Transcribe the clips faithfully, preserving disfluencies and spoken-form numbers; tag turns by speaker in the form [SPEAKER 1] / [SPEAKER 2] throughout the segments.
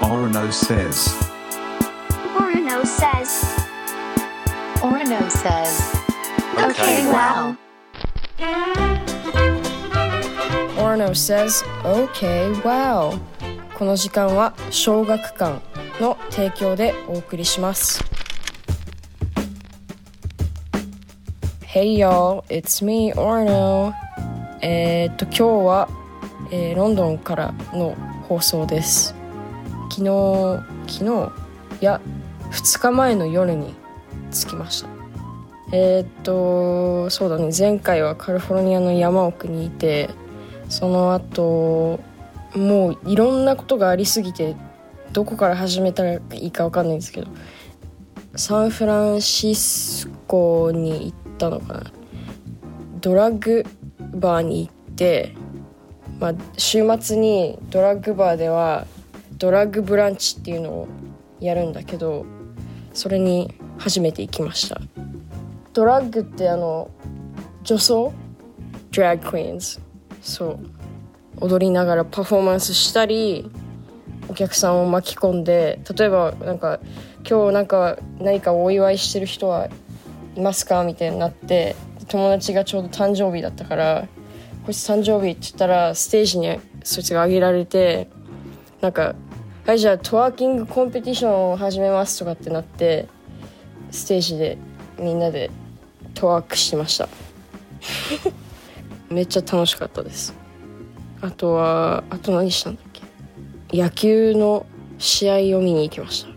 [SPEAKER 1] Orono says.
[SPEAKER 2] Orono says.
[SPEAKER 3] Orono says.
[SPEAKER 2] Okay, wow.
[SPEAKER 4] Orono says, Okay, wow. この時間は小学館の提供でお送りします。Hey y'all, it's me, Orono. えーっと今日は、えー、ロンドンからの放送です。昨日、昨日いやふつかまえの夜に着きました。えーっとそうだね、前回はカリフォルニアの山奥にいて、その後もういろんなことがありすぎてどこから始めたらいいか分かんないんですけど、サンフランシスコに行ったのかな。ドラッグバーに行って、まあ、週末にドラッグバーではドラッグブランチっていうのをやるんだけど、それに初めて行きました。ドラッグってあの女装ドラッグクイーンズ、そう踊りながらパフォーマンスしたり、お客さんを巻き込んで、例えばなんか今日なんか何かお祝いしてる人はいますかみたいになって、友達がちょうど誕生日だったから、こいつ誕生日って言ったらステージにそいつが上げられて、なんかはいじゃあトワーキングコンペティションを始めますとかってなって、ステージでみんなでトワークしてましためっちゃ楽しかったです。あとはあと何したんだっけ、野球の試合を見に行きました。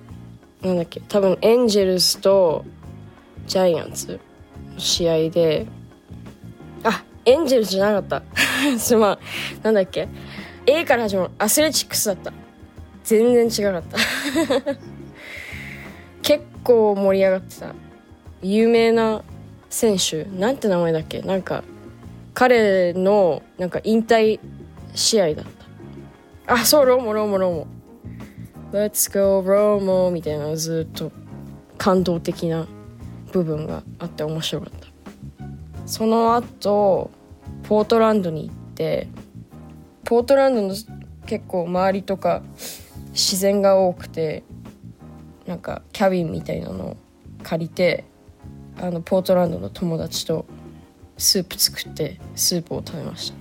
[SPEAKER 4] なんだっけ、多分エンジェルスとジャイアンツの試合で、あエンジェルスじゃなかったすまん、なんだっけ A から始まるアスレチックスだった。全然違かった結構盛り上がってた。有名な選手、なんて名前だっけ、なんか彼のなんか引退試合だった。あ、そう、ローモローモローモ Let's go ローモみたいな、ずっと感動的な部分があって面白かった。その後ポートランドに行って、ポートランドの結構周りとか自然が多くて、なんかキャビンみたいなのを借りて、あのポートランドの友達とスープ作ってスープを食べました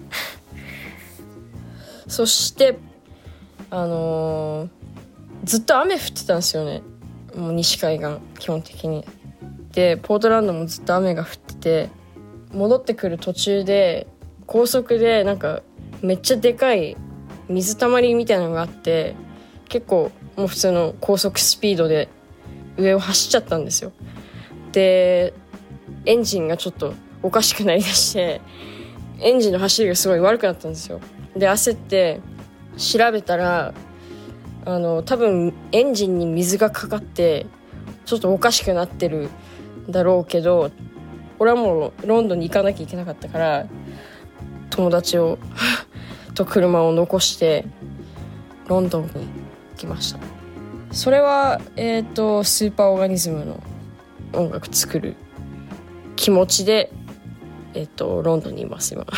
[SPEAKER 4] そしてあのー、ずっと雨降ってたんですよね、もう西海岸基本的に。でポートランドもずっと雨が降ってて、戻ってくる途中で高速でなんかめっちゃでかい水たまりみたいなのがあって、結構もう普通の高速スピードで上を走っちゃったんですよ。でエンジンがちょっとおかしくなりだして、エンジンの走りがすごい悪くなったんですよ。で焦って調べたら、あの多分エンジンに水がかかってちょっとおかしくなってるんだろうけど、俺はもうロンドンに行かなきゃいけなかったから、友達をと車を残してロンドンに行きました。それはえっとスーパーオーガニズムの音楽作る気持ちでえっとロンドンにいます今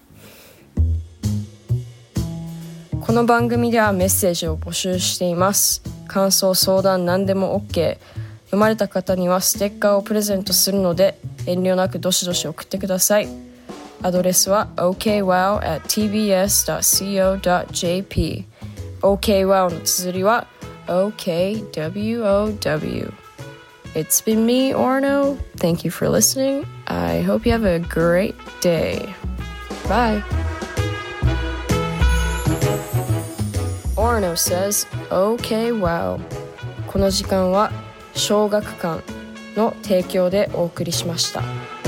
[SPEAKER 4] この番組ではメッセージを募集しています。感想、相談、何でも OK。 読まれた方にはステッカーをプレゼントするので、遠慮なくどしどし送ってください。アドレスは オーケーワウ アット ティービーエス ドット シーオー ドット ジェーピー。 オーケーワウ の綴りは オーケーダブリューオーダブリュー。 It's been me, Orono. Thank you for listening. I hope you have a great day. Bye. Orono says, Okay, wow. この時間は小学館の提供でお送りしました。